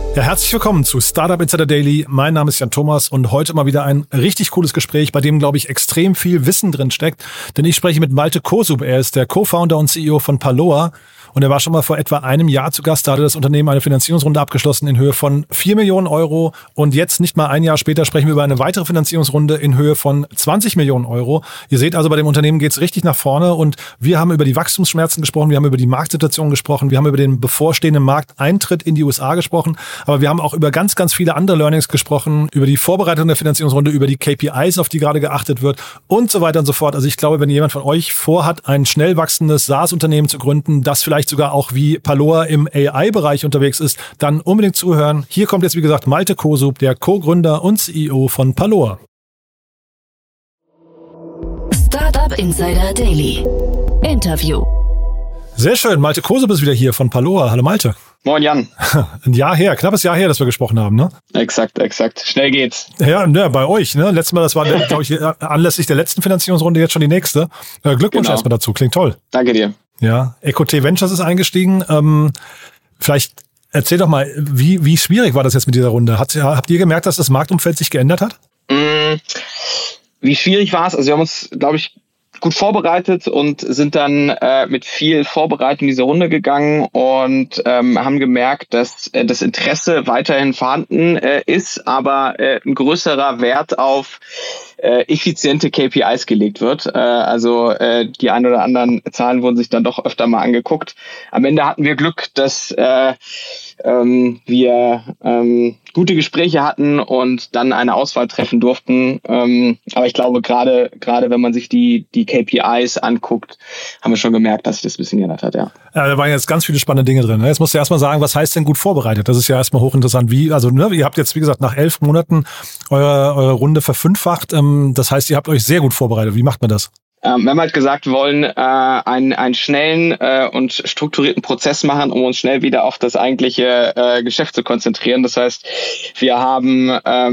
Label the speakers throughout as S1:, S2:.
S1: Ja, herzlich willkommen zu Startup Insider Daily. Mein Name ist Jan Thomas und heute mal wieder ein richtig cooles Gespräch, bei dem, glaube ich, extrem viel Wissen drin steckt. Denn ich spreche mit Malte Kosub. Er ist der Co-Founder und CEO von Paloa. Und er war schon mal vor etwa einem Jahr zu Gast. Da hatte das Unternehmen eine Finanzierungsrunde abgeschlossen in Höhe von 4 Millionen Euro. Und jetzt, nicht mal ein Jahr später, sprechen wir über eine weitere Finanzierungsrunde in Höhe von 20 Millionen Euro. Ihr seht also, bei dem Unternehmen geht es richtig nach vorne. Und wir haben über die Wachstumsschmerzen gesprochen, wir haben über die Marktsituation gesprochen, wir haben über den bevorstehenden Markteintritt in die USA gesprochen. Aber wir haben auch über ganz, ganz viele andere Learnings gesprochen, über die Vorbereitung der Finanzierungsrunde, über die KPIs, auf die gerade geachtet wird und so weiter und so fort. Also ich glaube, wenn jemand von euch vorhat, ein schnell wachsendes SaaS-Unternehmen zu gründen, das vielleicht sogar auch wie Paloa im AI-Bereich unterwegs ist, dann unbedingt zuhören. Hier kommt jetzt, wie gesagt, Malte Kosub, der Co-Gründer und CEO von Paloa.
S2: Startup Insider Daily. Interview.
S1: Sehr schön, Malte Kosub ist wieder hier von Paloa. Hallo Malte.
S3: Moin Jan.
S1: Ein Jahr her, knappes Jahr her, dass wir gesprochen haben, ne?
S3: Exakt. Schnell geht's.
S1: Ja, bei euch, ne? Letztes Mal, das war, glaube ich, anlässlich der letzten Finanzierungsrunde jetzt schon die nächste. Glückwunsch erstmal dazu, klingt toll.
S3: Danke dir.
S1: Ja, EcoT Ventures ist eingestiegen. Vielleicht erzähl doch mal, wie schwierig war das jetzt mit dieser Runde? Habt ihr gemerkt, dass das Marktumfeld sich geändert hat?
S3: Wie schwierig war es? Also wir haben uns, glaube ich, gut vorbereitet und sind dann mit viel Vorbereitung in diese Runde gegangen und haben gemerkt, dass das Interesse weiterhin vorhanden ist, aber ein größerer Wert auf effiziente KPIs gelegt wird. Also die ein oder anderen Zahlen wurden sich dann doch öfter mal angeguckt. Am Ende hatten wir Glück, dass wir gute Gespräche hatten und dann eine Auswahl treffen durften. Aber ich glaube, gerade wenn man sich die KPIs anguckt, haben wir schon gemerkt, dass sich das ein bisschen geändert hat, ja. Ja,
S1: da waren jetzt ganz viele spannende Dinge drin. Jetzt musst du erstmal sagen, was heißt denn gut vorbereitet? Das ist ja erstmal hochinteressant. Ihr habt jetzt, wie gesagt, nach 11 Monaten eure Runde verfünffacht. Das heißt, ihr habt euch sehr gut vorbereitet. Wie macht man das?
S3: Wir haben halt gesagt, wir wollen einen schnellen und strukturierten Prozess machen, um uns schnell wieder auf das eigentliche Geschäft zu konzentrieren. Das heißt, wir haben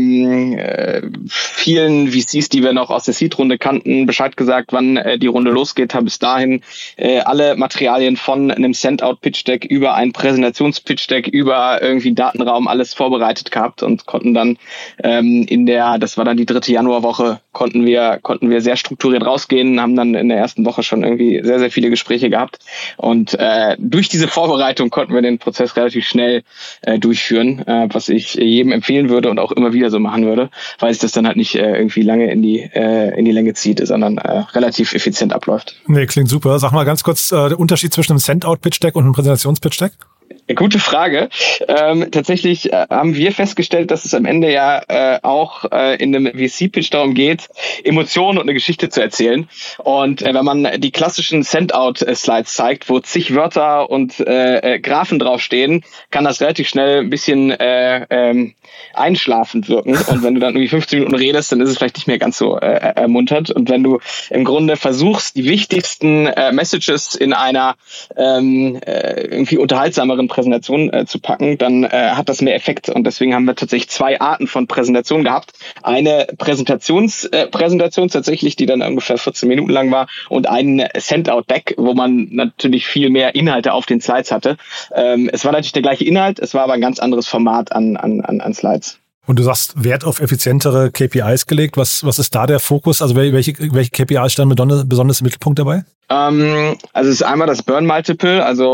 S3: vielen VCs, die wir noch aus der Seed-Runde kannten, Bescheid gesagt, wann die Runde losgeht, haben bis dahin alle Materialien von einem Send-Out-Pitch-Deck über ein Präsentations-Pitch-Deck, über irgendwie einen Datenraum, alles vorbereitet gehabt und konnten dann das war dann die 3. Januarwoche, konnten wir sehr strukturiert rausgehen, haben dann in der ersten Woche schon irgendwie sehr, sehr viele Gespräche gehabt und durch diese Vorbereitung konnten wir den Prozess relativ schnell durchführen, was ich jedem empfehlen würde und auch immer wieder so machen würde, weil sich das dann halt nicht irgendwie lange in die Länge zieht, sondern relativ effizient abläuft.
S1: Nee, klingt super. Sag mal ganz kurz, der Unterschied zwischen einem Send-Out-Pitch-Deck und einem Präsentations-Pitch-Deck?
S3: Gute Frage. Tatsächlich haben wir festgestellt, dass es am Ende ja auch in einem VC-Pitch darum geht, Emotionen und eine Geschichte zu erzählen. Und wenn man die klassischen Send-Out-Slides zeigt, wo zig Wörter und Graphen draufstehen, kann das relativ schnell ein bisschen einschlafend wirken. Und wenn du dann irgendwie 15 Minuten redest, dann ist es vielleicht nicht mehr ganz so ermunternd. Und wenn du im Grunde versuchst, die wichtigsten Messages in einer irgendwie unterhaltsameren Präsentation zu packen, dann hat das mehr Effekt. Und deswegen haben wir tatsächlich 2 Arten von Präsentation gehabt. Eine Präsentation tatsächlich, die dann ungefähr 14 Minuten lang war, und ein Send-Out-Deck, wo man natürlich viel mehr Inhalte auf den Slides hatte. Es war natürlich der gleiche Inhalt, es war aber ein ganz anderes Format an Slides.
S1: Und du sagst, Wert auf effizientere KPIs gelegt. Was ist da der Fokus? Also welche KPIs standen besonders im Mittelpunkt dabei?
S3: Also es ist einmal das Burn Multiple. Also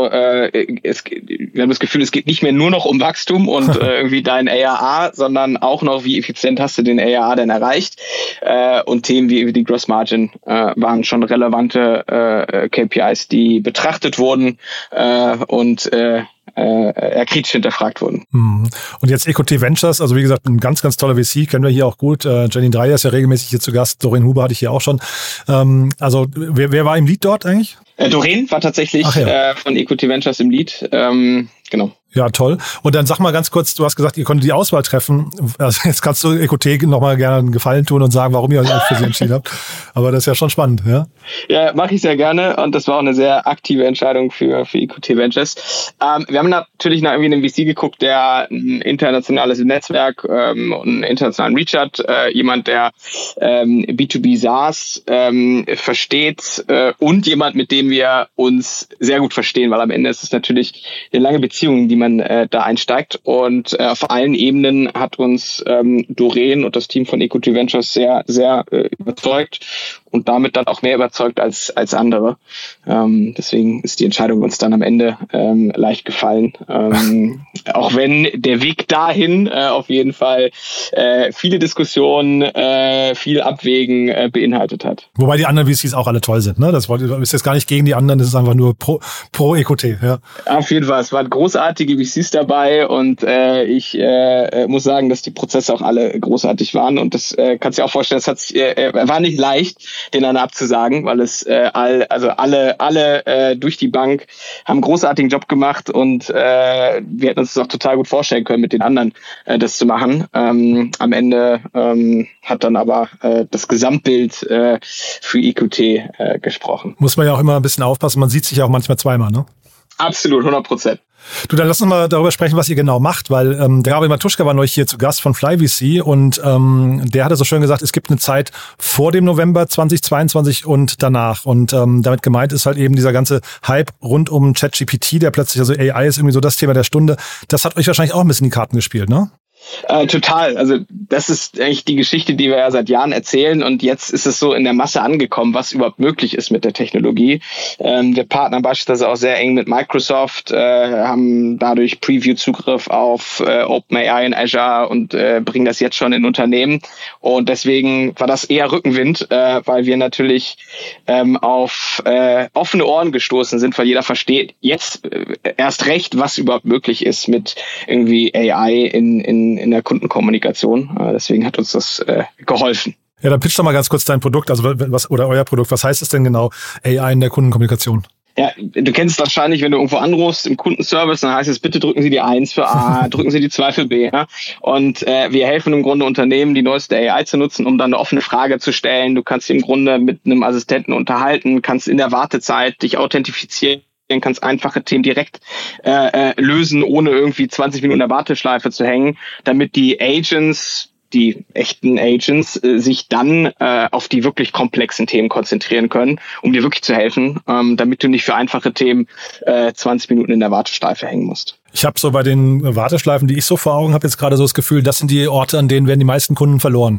S3: wir haben das Gefühl, es geht nicht mehr nur noch um Wachstum und irgendwie dein ARR, sondern auch noch, wie effizient hast du den ARR denn erreicht. Und Themen wie die Gross Margin waren schon relevante KPIs, die betrachtet wurden und kritisch hinterfragt wurden.
S1: Und jetzt EcoT Ventures, also wie gesagt, ein ganz, ganz toller VC, kennen wir hier auch gut. Jenny Dreyer ist ja regelmäßig hier zu Gast, Doreen Huber hatte ich hier auch schon. Also wer war im Lead dort eigentlich?
S3: Doreen war tatsächlich von EcoT Ventures im Lead. Genau.
S1: Ja, toll. Und dann sag mal ganz kurz, du hast gesagt, ihr konntet die Auswahl treffen. Also jetzt kannst du EcoT nochmal gerne einen Gefallen tun und sagen, warum ihr euch für sie entschieden habt. Aber das ist ja schon spannend, ja?
S3: Ja, mache ich sehr gerne. Und das war auch eine sehr aktive Entscheidung für EcoT Ventures. Wir haben natürlich nach irgendwie einem VC geguckt, der ein internationales Netzwerk und einen internationalen Reach hat. Jemand, der B2B SaaS versteht und jemand, mit dem wir uns sehr gut verstehen. Weil am Ende ist es natürlich eine lange Beziehung, die man man da einsteigt. Und auf allen Ebenen hat uns Doreen und das Team von EQT Ventures sehr, sehr überzeugt und damit dann auch mehr überzeugt als andere. Deswegen ist die Entscheidung uns dann am Ende leicht gefallen. Auch wenn der Weg dahin auf jeden Fall viele Diskussionen, viel Abwägen beinhaltet hat.
S1: Wobei die anderen VCs auch alle toll sind, ne? Das ist jetzt gar nicht gegen die anderen, das ist einfach nur pro EQT, ja.
S3: Auf jeden Fall, es waren großartige VCs dabei und ich muss sagen, dass die Prozesse auch alle großartig waren und das kannst du dir auch vorstellen, war nicht leicht, den dann abzusagen, weil es alle durch die Bank haben einen großartigen Job gemacht und wir hätten uns das auch total gut vorstellen können, mit den anderen das zu machen. Am Ende hat dann aber das Gesamtbild für EQT gesprochen.
S1: Muss man ja auch immer ein bisschen aufpassen, man sieht sich ja auch manchmal zweimal, ne?
S3: Absolut, 100%.
S1: Du, dann lass uns mal darüber sprechen, was ihr genau macht, weil der Gabriel Matuschka war neulich hier zu Gast von FlyVC und der hatte so schön gesagt, es gibt eine Zeit vor dem November 2022 und danach und damit gemeint ist halt eben dieser ganze Hype rund um ChatGPT, der plötzlich, also AI ist irgendwie so das Thema der Stunde. Das hat euch wahrscheinlich auch ein bisschen in die Karten gespielt, ne?
S3: Total. Also das ist eigentlich die Geschichte, die wir ja seit Jahren erzählen und jetzt ist es so in der Masse angekommen, was überhaupt möglich ist mit der Technologie. Wir partnern beispielsweise auch sehr eng mit Microsoft, haben dadurch Preview-Zugriff auf OpenAI in Azure und bringen das jetzt schon in Unternehmen und deswegen war das eher Rückenwind, weil wir natürlich auf offene Ohren gestoßen sind, weil jeder versteht jetzt erst recht, was überhaupt möglich ist mit irgendwie AI in der Kundenkommunikation. Deswegen hat uns das geholfen.
S1: Ja, dann pitch doch mal ganz kurz dein Produkt, also oder euer Produkt. Was heißt es denn genau, AI in der Kundenkommunikation?
S3: Ja, du kennst es wahrscheinlich, wenn du irgendwo anrufst im Kundenservice, dann heißt es, bitte drücken Sie die 1 für A, drücken Sie die 2 für B. Ja? Und wir helfen im Grunde Unternehmen, die neueste AI zu nutzen, um dann eine offene Frage zu stellen. Du kannst dich im Grunde mit einem Assistenten unterhalten, kannst in der Wartezeit dich authentifizieren, kannst einfache Themen direkt lösen, ohne irgendwie 20 Minuten in der Warteschleife zu hängen, damit die Agents, die echten Agents, sich dann auf die wirklich komplexen Themen konzentrieren können, um dir wirklich zu helfen, damit du nicht für einfache Themen 20 Minuten in der Warteschleife hängen musst.
S1: Ich habe so bei den Warteschleifen, die ich so vor Augen habe, jetzt gerade so das Gefühl, das sind die Orte, an denen werden die meisten Kunden verloren.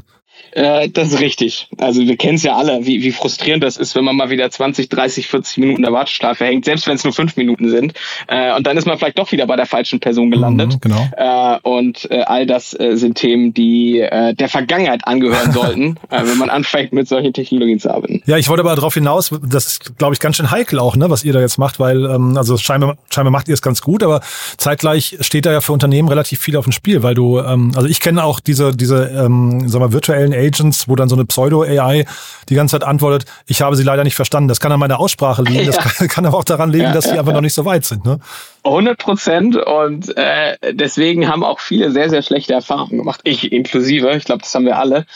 S3: Das ist richtig. Also wir kennen es ja alle, wie frustrierend das ist, wenn man mal wieder 20, 30, 40 Minuten in der Warteschleife hängt, selbst wenn es nur 5 Minuten sind. Und dann ist man vielleicht doch wieder bei der falschen Person gelandet.
S1: Genau.
S3: Und all das sind Themen, die der Vergangenheit angehören sollten, wenn man anfängt, mit solchen Technologien zu arbeiten.
S1: Ja, ich wollte aber darauf hinaus, das ist, glaube ich, ganz schön heikel auch, ne, was ihr da jetzt macht, weil also scheinbar macht ihr es ganz gut, aber zeitgleich steht da ja für Unternehmen relativ viel auf dem Spiel, weil du, also ich kenne auch diese sagen wir, virtuellen Agents, wo dann so eine Pseudo-AI die ganze Zeit antwortet, ich habe sie leider nicht verstanden. Das kann an meiner Aussprache liegen, das kann aber auch daran liegen, dass sie einfach noch nicht so weit sind, ne?
S3: 100% und deswegen haben auch viele sehr, sehr schlechte Erfahrungen gemacht. Ich inklusive, ich glaube, das haben wir alle,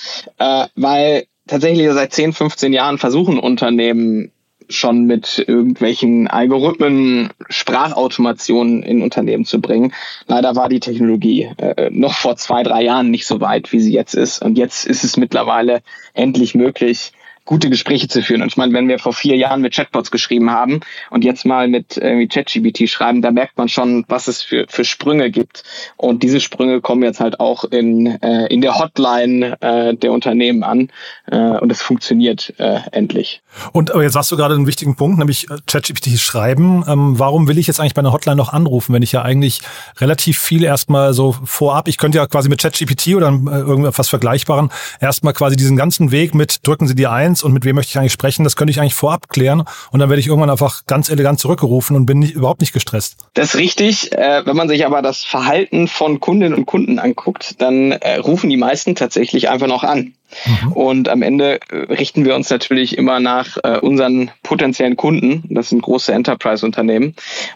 S3: weil tatsächlich seit 10, 15 Jahren versuchen Unternehmen schon mit irgendwelchen Algorithmen Sprachautomationen in Unternehmen zu bringen. Leider war die Technologie noch vor 2, 3 Jahren nicht so weit, wie sie jetzt ist. Und jetzt ist es mittlerweile endlich möglich, gute Gespräche zu führen. Und ich meine, wenn wir vor 4 Jahren mit Chatbots geschrieben haben und jetzt mal mit ChatGPT schreiben, da merkt man schon, was es für Sprünge gibt. Und diese Sprünge kommen jetzt halt auch in der Hotline der Unternehmen an. Und es funktioniert endlich.
S1: Und aber jetzt hast du gerade einen wichtigen Punkt, nämlich ChatGPT schreiben. Warum will ich jetzt eigentlich bei einer Hotline noch anrufen, wenn ich ja eigentlich relativ viel erstmal so vorab, ich könnte ja quasi mit ChatGPT oder irgendwas Vergleichbaren erstmal quasi diesen ganzen Weg mit drücken Sie die 1 und mit wem möchte ich eigentlich sprechen, das könnte ich eigentlich vorab klären und dann werde ich irgendwann einfach ganz elegant zurückgerufen und bin überhaupt nicht gestresst.
S3: Das ist richtig. Wenn man sich aber das Verhalten von Kundinnen und Kunden anguckt, dann rufen die meisten tatsächlich einfach noch an. Und am Ende richten wir uns natürlich immer nach unseren potenziellen Kunden. Das sind große Enterprise-Unternehmen.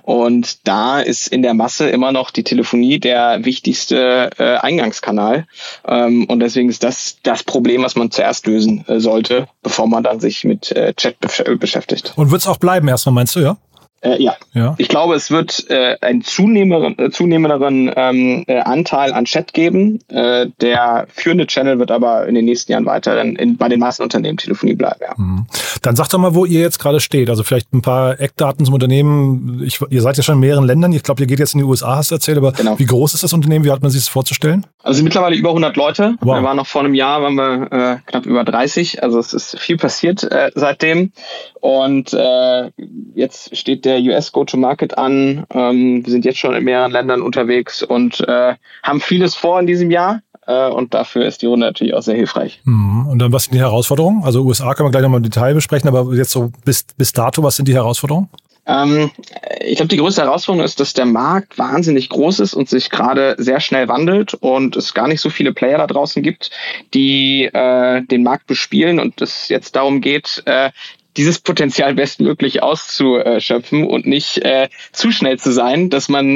S3: Und da ist in der Masse immer noch die Telefonie der wichtigste Eingangskanal. Und deswegen ist das Problem, was man zuerst lösen sollte, bevor man dann sich mit Chat beschäftigt.
S1: Und wird es auch bleiben erstmal, meinst du, ja?
S3: Ja. Ich glaube, es wird einen zunehmenderen Anteil an Chat geben. Der führende Channel wird aber in den nächsten Jahren weiterhin bei den Massenunternehmen Telefonie bleiben. Ja.
S1: Dann sagt doch mal, wo ihr jetzt gerade steht. Also vielleicht ein paar Eckdaten zum Unternehmen. Ihr seid ja schon in mehreren Ländern. Ich glaube, ihr geht jetzt in die USA, hast du erzählt. Aber genau. Wie groß ist das Unternehmen? Wie hat man sich das vorzustellen?
S3: Also mittlerweile über 100 Leute. Wow. Wir waren noch vor einem Jahr, waren wir knapp über 30. Also es ist viel passiert seitdem. Und jetzt steht der US Go-to-Market an. Wir sind jetzt schon in mehreren Ländern unterwegs und haben vieles vor in diesem Jahr. Und dafür ist die Runde natürlich auch sehr hilfreich.
S1: Und dann, was sind die Herausforderungen? Also USA können wir gleich nochmal im Detail besprechen, aber jetzt so bis dato, was sind die Herausforderungen?
S3: Ich glaube, die größte Herausforderung ist, dass der Markt wahnsinnig groß ist und sich gerade sehr schnell wandelt und es gar nicht so viele Player da draußen gibt, die den Markt bespielen und es jetzt darum geht, dieses Potenzial bestmöglich auszuschöpfen und nicht zu schnell zu sein, dass man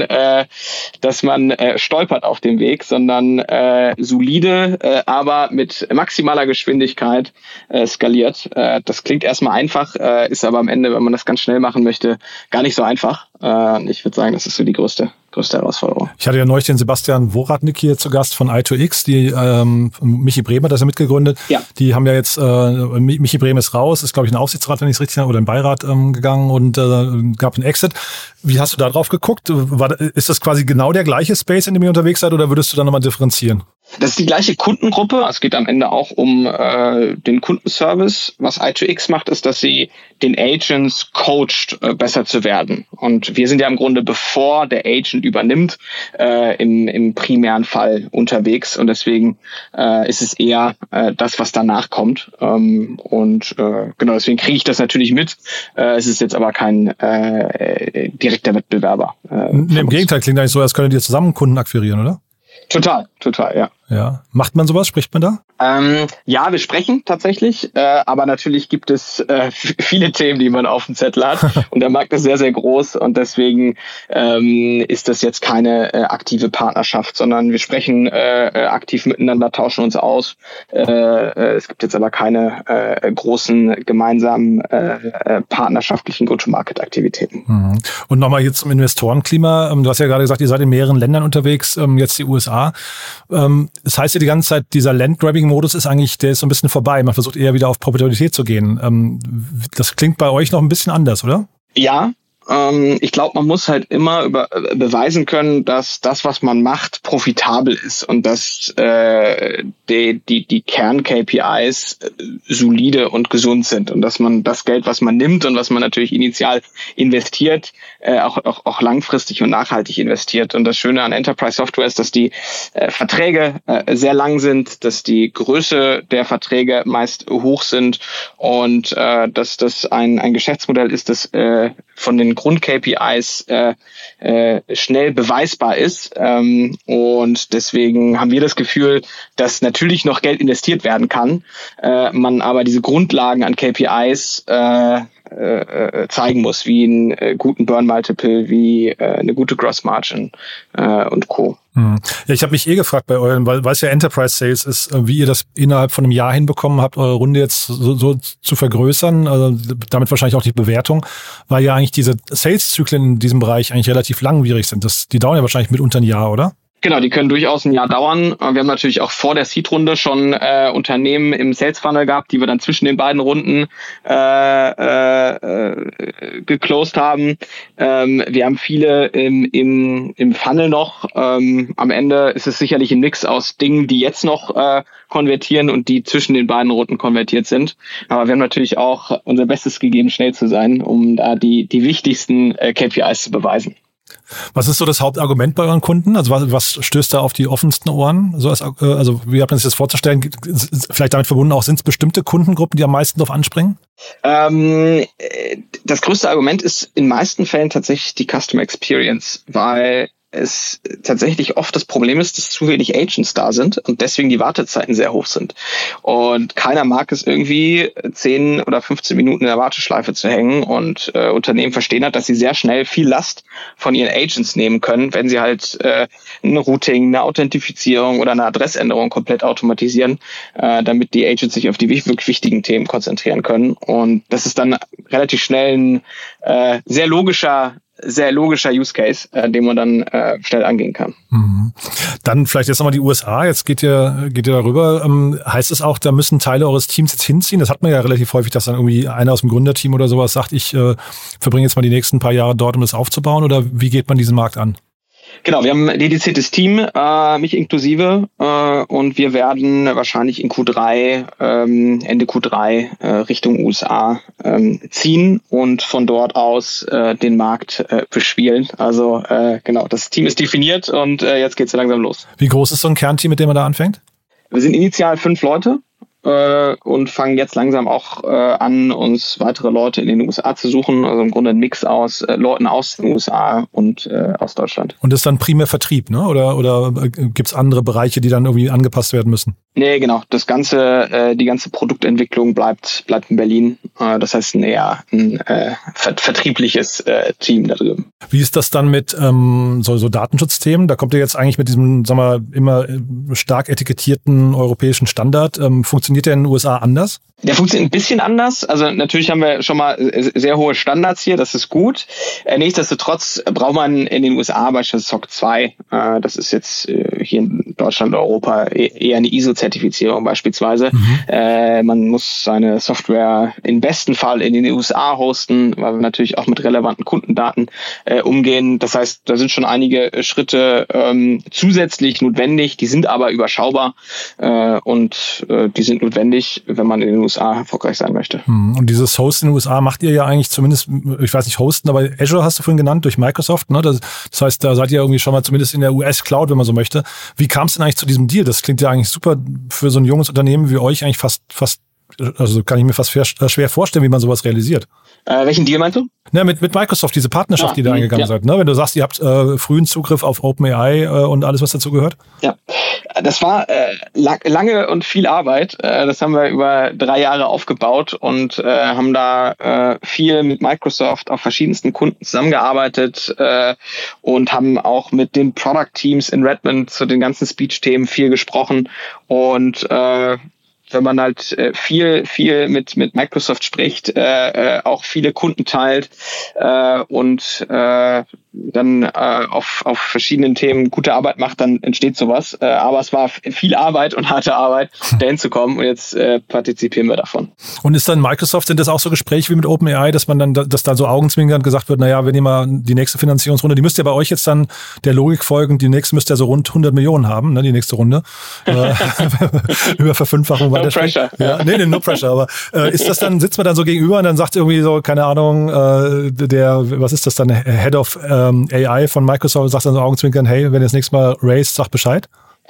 S3: stolpert auf dem Weg, sondern solide, aber mit maximaler Geschwindigkeit skaliert. Das klingt erstmal einfach, ist aber am Ende, wenn man das ganz schnell machen möchte, gar nicht so einfach. Ich würde sagen, das ist so die größte Herausforderung.
S1: Ich hatte ja neulich den Sebastian Woradnik hier zu Gast von I2X, die Michi Brehm hat das ja mitgegründet. Ja. Die haben ja jetzt, Michi Brehm ist raus, ist glaube ich in den Aufsichtsrat, wenn ich es richtig habe, oder in den Beirat gegangen und gab einen Exit. Wie hast du da drauf geguckt? Ist das quasi genau der gleiche Space, in dem ihr unterwegs seid, oder würdest du da nochmal differenzieren?
S3: Das ist die gleiche Kundengruppe. Es geht am Ende auch um den Kundenservice. Was I2X macht, ist, dass sie den Agents coacht, besser zu werden. Und wir sind ja im Grunde, bevor der Agent übernimmt, im primären Fall unterwegs. Und deswegen ist es eher das, was danach kommt. Genau, deswegen kriege ich das natürlich mit. Es ist jetzt aber kein direkter Wettbewerber.
S1: Im Gegenteil, klingt eigentlich so, als könntet ihr zusammen Kunden akquirieren, oder?
S3: Total, ja.
S1: Ja. Macht man sowas? Spricht man da?
S3: Ja, wir sprechen tatsächlich, aber natürlich gibt es viele Themen, die man auf dem Zettel hat und der Markt ist sehr, sehr groß und deswegen ist das jetzt keine aktive Partnerschaft, sondern wir sprechen aktiv miteinander, tauschen uns aus. Es gibt jetzt aber keine großen gemeinsamen partnerschaftlichen Go-to-Market-Aktivitäten.
S1: Und nochmal jetzt zum Investorenklima. Du hast ja gerade gesagt, ihr seid in mehreren Ländern unterwegs, jetzt die USA. Das heißt ja die ganze Zeit, dieser Land-Grabbing-Modus ist eigentlich, der ist so ein bisschen vorbei. Man versucht eher wieder auf Profitabilität zu gehen. Das klingt bei euch noch ein bisschen anders, oder?
S3: Ja. Ich glaube, man muss halt immer beweisen können, dass das, was man macht, profitabel ist und dass die Kern-KPIs solide und gesund sind und dass man das Geld, was man nimmt und was man natürlich initial investiert, auch langfristig und nachhaltig investiert. Und das Schöne an Enterprise Software ist, dass die Verträge sehr lang sind, dass die Größe der Verträge meist hoch sind und dass das ein Geschäftsmodell ist, das von den Grund-KPIs schnell beweisbar ist. Und deswegen haben wir das Gefühl, dass natürlich noch Geld investiert werden kann, man aber diese Grundlagen an KPIs zeigen muss, wie einen guten Burn-Multiple, wie eine gute Gross-Margin und Co.
S1: Ja, ich habe mich gefragt bei euren, weil es ja Enterprise Sales ist, wie ihr das innerhalb von einem Jahr hinbekommen habt, eure Runde jetzt so zu vergrößern, also damit wahrscheinlich auch die Bewertung, weil ja eigentlich diese Sales-Zyklen in diesem Bereich eigentlich relativ langwierig sind. Die dauern ja wahrscheinlich mitunter ein Jahr, oder?
S3: Genau, die können durchaus ein Jahr dauern. Wir haben natürlich auch vor der Seed-Runde schon Unternehmen im Sales-Funnel gehabt, die wir dann zwischen den beiden Runden geclosed haben. Wir haben viele im Funnel noch. Am Ende ist es sicherlich ein Mix aus Dingen, die jetzt noch konvertieren und die zwischen den beiden Runden konvertiert sind. Aber wir haben natürlich auch unser Bestes gegeben, schnell zu sein, um da die wichtigsten KPIs zu beweisen.
S1: Was ist so das Hauptargument bei euren Kunden? Also was stößt da auf die offensten Ohren? Also wie hat man sich das vorzustellen? Vielleicht damit verbunden auch, sind es bestimmte Kundengruppen, die am meisten darauf anspringen?
S3: Das größte Argument ist in meisten Fällen tatsächlich die Customer Experience, weil es tatsächlich oft das Problem ist, dass zu wenig Agents da sind und deswegen die Wartezeiten sehr hoch sind. Und keiner mag es irgendwie 10 oder 15 Minuten in der Warteschleife zu hängen, und Unternehmen verstehen halt, dass sie sehr schnell viel Last von ihren Agents nehmen können, wenn sie halt ein Routing, eine Authentifizierung oder eine Adressänderung komplett automatisieren, damit die Agents sich auf die wirklich wichtigen Themen konzentrieren können. Und das ist dann relativ schnell ein sehr logischer Use Case, den man dann schnell angehen kann.
S1: Mhm. Dann vielleicht jetzt nochmal die USA. Jetzt geht ihr darüber. Heißt es auch, da müssen Teile eures Teams jetzt hinziehen? Das hat man ja relativ häufig, dass dann irgendwie einer aus dem Gründerteam oder sowas sagt, ich verbringe jetzt mal die nächsten paar Jahre dort, um das aufzubauen. Oder wie geht man diesen Markt an?
S3: Genau, wir haben ein dediziertes Team, mich inklusive, und wir werden wahrscheinlich in Ende Q3 Richtung USA ziehen und von dort aus den Markt bespielen. Also genau, das Team ist definiert und jetzt geht's so langsam los.
S1: Wie groß ist so ein Kernteam, mit dem man da anfängt?
S3: Wir sind initial 5 Leute. Und fangen jetzt langsam auch an, uns weitere Leute in den USA zu suchen. Also im Grunde ein Mix aus Leuten aus den USA und aus Deutschland.
S1: Und das ist dann primär Vertrieb, ne? Oder gibt's andere Bereiche, die dann irgendwie angepasst werden müssen?
S3: Nee, genau. Die ganze Produktentwicklung bleibt in Berlin. Das heißt eher ein vertriebliches Team da drüben.
S1: Wie ist das dann mit so Datenschutzthemen? Da kommt ihr jetzt eigentlich mit diesem, sagen wir, immer stark etikettierten europäischen Standard. Funktioniert der in den USA anders?
S3: Der funktioniert ein bisschen anders. Also natürlich haben wir schon mal sehr hohe Standards hier, das ist gut. Nichtsdestotrotz braucht man in den USA beispielsweise SOC 2. Das ist jetzt hier in Deutschland, Europa eher eine ISO-Zertifizierung beispielsweise. Man muss seine Software im besten Fall in den USA hosten, weil wir natürlich auch mit relevanten Kundendaten umgehen. Das heißt, da sind schon einige Schritte zusätzlich notwendig, die sind aber überschaubar und die sind notwendig, wenn man in den USA erfolgreich sein möchte.
S1: Und dieses Hosten in den USA macht ihr ja eigentlich zumindest, ich weiß nicht, Hosten, aber Azure hast du vorhin genannt, durch Microsoft, ne? Das heißt, da seid ihr irgendwie schon mal zumindest in der US-Cloud, wenn man so möchte. Wie kam es denn eigentlich zu diesem Deal? Das klingt ja eigentlich super für so ein junges Unternehmen wie euch, eigentlich fast, also kann ich mir fast schwer vorstellen, wie man sowas realisiert.
S3: Welchen Deal meinst du?
S1: Na, mit Microsoft, diese Partnerschaft, die da eingegangen seid. Ne? Wenn du sagst, ihr habt frühen Zugriff auf OpenAI und alles, was dazu gehört.
S3: Ja, das war lange und viel Arbeit. Das haben wir über 3 Jahre aufgebaut und haben da viel mit Microsoft auf verschiedensten Kunden zusammengearbeitet und haben auch mit den Product Teams in Redmond zu den ganzen Speech-Themen viel gesprochen. Und wenn man halt viel mit Microsoft spricht, auch viele Kunden teilt und dann auf verschiedenen Themen gute Arbeit macht, dann entsteht sowas. Aber es war viel Arbeit und harte Arbeit, dahin zu kommen, und jetzt partizipieren wir davon.
S1: Und ist dann Microsoft, sind das auch so Gespräche wie mit OpenAI, dass man dann, dass da so augenzwinkernd gesagt wird, naja, wenn ihr mal die nächste Finanzierungsrunde, die müsst ihr bei euch jetzt dann der Logik folgen, die nächste müsst ihr so rund 100 Millionen haben, ne, die nächste Runde. Über Verfünffachung.
S3: No pressure.
S1: Ja, nee, no pressure. Aber ist das dann, sitzt man dann so gegenüber und dann sagt irgendwie so, keine Ahnung, was ist das dann, Head of AI von Microsoft, sagt dann so augenzwinkern, hey, wenn ihr das nächste Mal raised, sag Bescheid?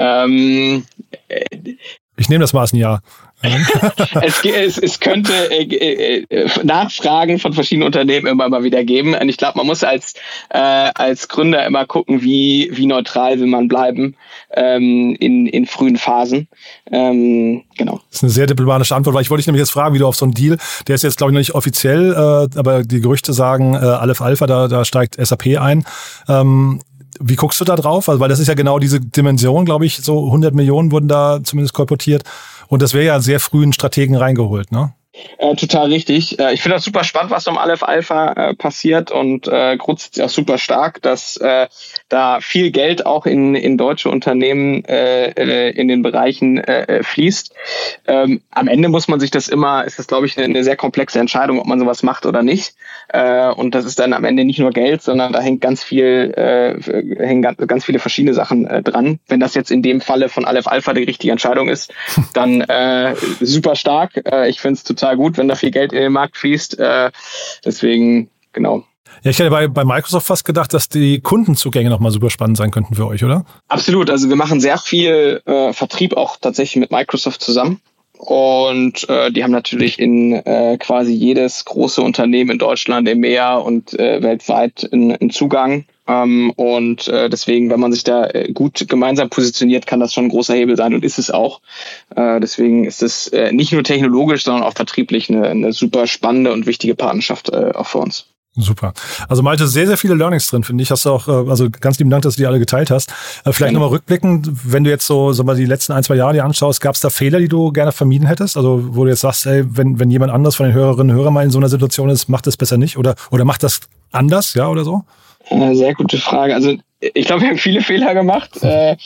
S1: Ich nehme das mal als ein Ja.
S3: Es könnte Nachfragen von verschiedenen Unternehmen immer mal wieder geben. Und ich glaube, man muss als Gründer immer gucken, wie neutral will man bleiben in frühen Phasen. Genau.
S1: Das ist eine sehr diplomatische Antwort, weil ich wollte dich nämlich jetzt fragen, wie du auf so einen Deal, der ist jetzt, glaube ich, noch nicht offiziell, aber die Gerüchte sagen, Aleph Alpha, da steigt SAP ein. Wie guckst du da drauf? Also, weil das ist ja genau diese Dimension, glaube ich, so 100 Millionen wurden da zumindest kolportiert. Und das wäre ja sehr früh einen Strategen reingeholt, ne?
S3: Total richtig. Ich finde das super spannend, was um Aleph Alpha passiert, und grundsätzlich auch super stark, dass da viel Geld auch in deutsche Unternehmen in den Bereichen fließt. Am Ende muss man sich ist das, glaube ich, eine sehr komplexe Entscheidung, ob man sowas macht oder nicht. Und das ist dann am Ende nicht nur Geld, sondern da hängt ganz viele verschiedene Sachen dran. Wenn das jetzt in dem Falle von Aleph Alpha die richtige Entscheidung ist, dann super stark. Ich finde es total gut, wenn da viel Geld in den Markt fließt. Deswegen, genau.
S1: Ja, ich hätte bei Microsoft fast gedacht, dass die Kundenzugänge nochmal super spannend sein könnten für euch, oder?
S3: Absolut. Also wir machen sehr viel Vertrieb auch tatsächlich mit Microsoft zusammen. Und die haben natürlich in quasi jedes große Unternehmen in Deutschland, im Meer und weltweit einen Zugang. Deswegen, wenn man sich da gut gemeinsam positioniert, kann das schon ein großer Hebel sein und ist es auch. Deswegen ist es nicht nur technologisch, sondern auch vertrieblich eine super spannende und wichtige Partnerschaft auch für uns.
S1: Super. Also Malte, sehr, sehr viele Learnings drin, finde ich. Hast du auch, also ganz lieben Dank, dass du die alle geteilt hast. Vielleicht nochmal rückblickend, wenn du jetzt so mal die letzten 1-2 Jahre dir anschaust, gab es da Fehler, die du gerne vermieden hättest? Also wo du jetzt sagst, ey, wenn jemand anders von den Hörerinnen und Hörern mal in so einer Situation ist, macht das besser nicht oder macht das anders, ja, oder so?
S3: Sehr gute Frage. Also ich glaube, wir haben viele Fehler gemacht. Mir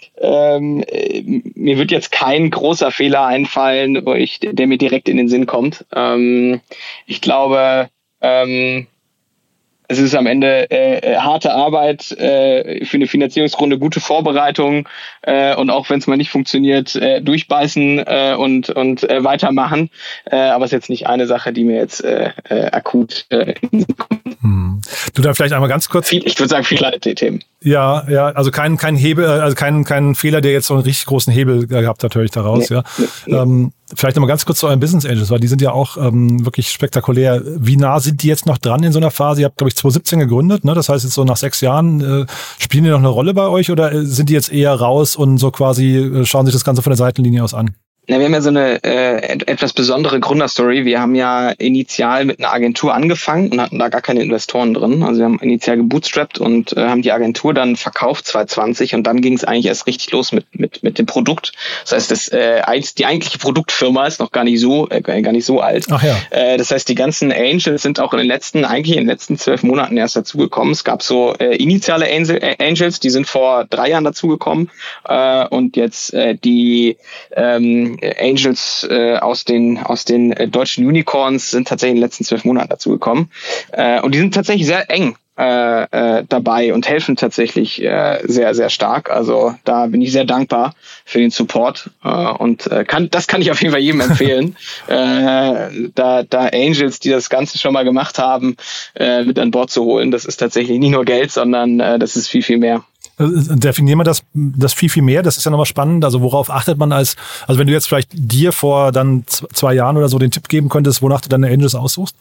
S3: wird jetzt kein großer Fehler einfallen, der mir direkt in den Sinn kommt. Ich glaube, es ist am Ende harte Arbeit für eine Finanzierungsrunde, gute Vorbereitung und auch wenn es mal nicht funktioniert, durchbeißen und weitermachen. Aber es ist jetzt nicht eine Sache, die mir jetzt akut
S1: Du da vielleicht einmal ganz kurz.
S3: Ich würde sagen, viele Themen.
S1: Ja, also kein Hebel, also kein Fehler, der jetzt so einen richtig großen Hebel gehabt hat, höre ich daraus. Nee. Vielleicht nochmal ganz kurz zu euren Business Angels, weil die sind ja auch wirklich spektakulär. Wie nah sind die jetzt noch dran in so einer Phase? Ihr habt, glaube ich, 2017 gegründet, ne? Das heißt, jetzt so nach 6 Jahren, spielen die noch eine Rolle bei euch oder sind die jetzt eher raus und so quasi schauen sich das Ganze von der Seitenlinie aus an?
S3: Ja, wir haben ja so eine etwas besondere Gründerstory. Wir haben ja initial mit einer Agentur angefangen und hatten da gar keine Investoren drin. Also wir haben initial gebootstrapped und haben die Agentur dann verkauft 2020 und dann ging es eigentlich erst richtig los mit dem Produkt. Das heißt, die eigentliche Produktfirma ist noch gar nicht so alt.
S1: Ach ja.
S3: Das heißt, die ganzen Angels sind auch in den letzten 12 Monaten erst dazugekommen. Es gab so initiale Angels, die sind vor 3 Jahren dazugekommen und jetzt die Angels aus den deutschen Unicorns sind tatsächlich in den letzten 12 Monaten dazugekommen. Und die sind tatsächlich sehr eng dabei und helfen tatsächlich sehr, sehr stark. Also da bin ich sehr dankbar für den Support das kann ich auf jeden Fall jedem empfehlen. Da Angels, die das Ganze schon mal gemacht haben, mit an Bord zu holen. Das ist tatsächlich nicht nur Geld, sondern das ist viel, viel mehr.
S1: Definieren wir das viel, viel mehr. Das ist ja nochmal spannend. Also worauf achtet man also wenn du jetzt vielleicht dir vor dann 2 Jahren oder so den Tipp geben könntest, wonach du deine Angels aussuchst?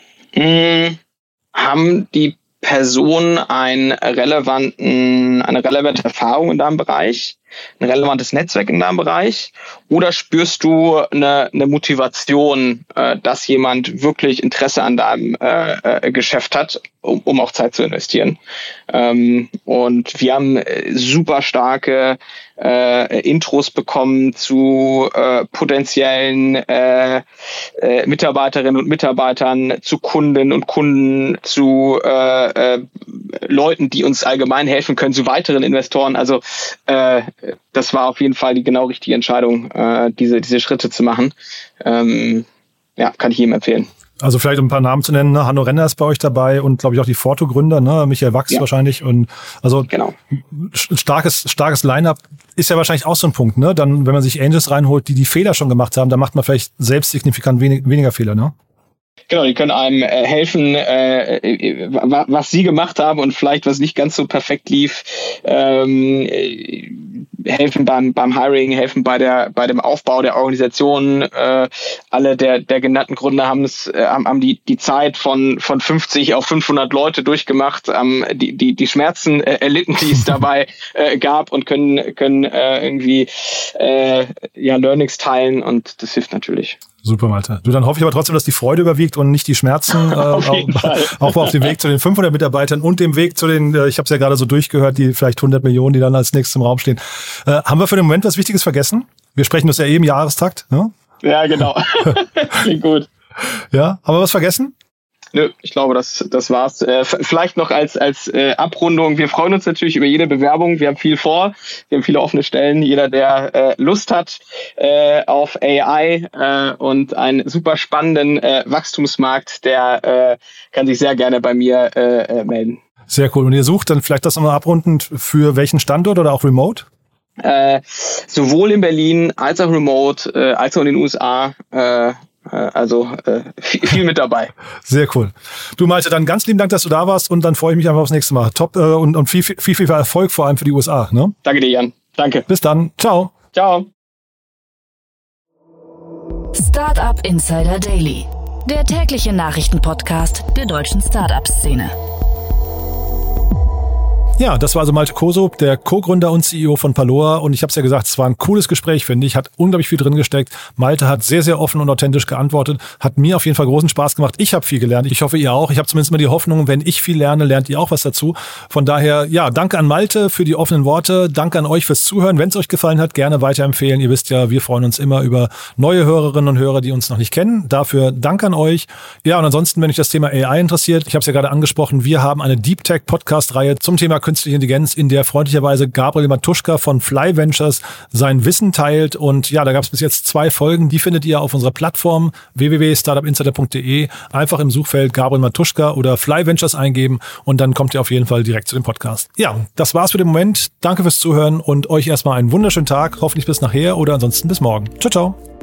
S3: Haben die Personen eine relevante Erfahrung in deinem Bereich, ein relevantes Netzwerk in deinem Bereich oder spürst du eine Motivation, dass jemand wirklich Interesse an deinem Geschäft hat, um auch Zeit zu investieren? Und wir haben super starke Intros bekommen zu potenziellen Mitarbeiterinnen und Mitarbeitern, zu Kundinnen und Kunden, zu Leuten, die uns allgemein helfen können, zu weiteren Investoren. Also das war auf jeden Fall die genau richtige Entscheidung, diese Schritte zu machen. Kann ich jedem empfehlen.
S1: Also vielleicht um ein paar Namen zu nennen, ne? Hanno Renner ist bei euch dabei und glaube ich auch die Forto-Gründer, ne? Michael Wachs wahrscheinlich. Und also
S3: genau.
S1: starkes Line-up ist ja wahrscheinlich auch so ein Punkt, ne? Dann, wenn man sich Angels reinholt, die Fehler schon gemacht haben, dann macht man vielleicht selbst signifikant weniger Fehler, ne?
S3: Genau, die können einem helfen, was sie gemacht haben und vielleicht was nicht ganz so perfekt lief, helfen beim Hiring, helfen bei dem Aufbau der Organisation. Alle der genannten Gründer haben die Zeit von 50 auf 500 Leute durchgemacht, die Schmerzen erlitten, die es dabei gab und können irgendwie Learnings teilen und das hilft natürlich.
S1: Super, Malte. Dann hoffe ich aber trotzdem, dass die Freude überwiegt und nicht die Schmerzen, auch auf dem Weg zu den 500 Mitarbeitern und dem Weg zu den, ich habe es ja gerade so durchgehört, die vielleicht 100 Millionen, die dann als nächstes im Raum stehen. Haben wir für den Moment was Wichtiges vergessen? Wir sprechen das ja eben Jahrestakt. Ne?
S3: Ja, genau. Klingt gut.
S1: Ja, haben wir was vergessen?
S3: Nö, ich glaube, das war's. Vielleicht noch als Abrundung. Wir freuen uns natürlich über jede Bewerbung. Wir haben viel vor. Wir haben viele offene Stellen. Jeder, der Lust hat auf AI und einen super spannenden Wachstumsmarkt, der kann sich sehr gerne bei mir melden.
S1: Sehr cool. Und ihr sucht dann vielleicht das nochmal abrundend für welchen Standort oder auch remote?
S3: Sowohl in Berlin als auch remote, als auch in den USA. Also viel mit dabei.
S1: Sehr cool. Du Malte, dann ganz lieben Dank, dass du da warst und dann freue ich mich einfach aufs nächste Mal. Top und viel Erfolg vor allem für die USA. Ne?
S3: Danke dir, Jan. Danke.
S1: Bis dann. Ciao.
S3: Ciao.
S2: Startup Insider Daily, der tägliche Nachrichtenpodcast der deutschen Startup-Szene.
S1: Ja, das war also Malte Kosup, der Co-Gründer und CEO von Paloa. Und ich habe es ja gesagt, es war ein cooles Gespräch, finde ich. Hat unglaublich viel drin gesteckt. Malte hat sehr, sehr offen und authentisch geantwortet. Hat mir auf jeden Fall großen Spaß gemacht. Ich habe viel gelernt. Ich hoffe, ihr auch. Ich habe zumindest mal die Hoffnung, wenn ich viel lerne, lernt ihr auch was dazu. Von daher, ja, danke an Malte für die offenen Worte. Danke an euch fürs Zuhören. Wenn es euch gefallen hat, gerne weiterempfehlen. Ihr wisst ja, wir freuen uns immer über neue Hörerinnen und Hörer, die uns noch nicht kennen. Dafür danke an euch. Ja, und ansonsten, wenn euch das Thema AI interessiert, ich habe es ja gerade angesprochen, wir haben eine Deep Tech Podcast-Reihe zum Thema künstliche Intelligenz, in der freundlicherweise Gabriel Matuschka von Fly Ventures sein Wissen teilt. Und ja, da gab es bis jetzt 2 Folgen. Die findet ihr auf unserer Plattform www.startupinsider.de. Einfach im Suchfeld Gabriel Matuschka oder Fly Ventures eingeben und dann kommt ihr auf jeden Fall direkt zu dem Podcast. Ja, das war's für den Moment. Danke fürs Zuhören und euch erstmal einen wunderschönen Tag. Hoffentlich bis nachher oder ansonsten bis morgen. Ciao, ciao.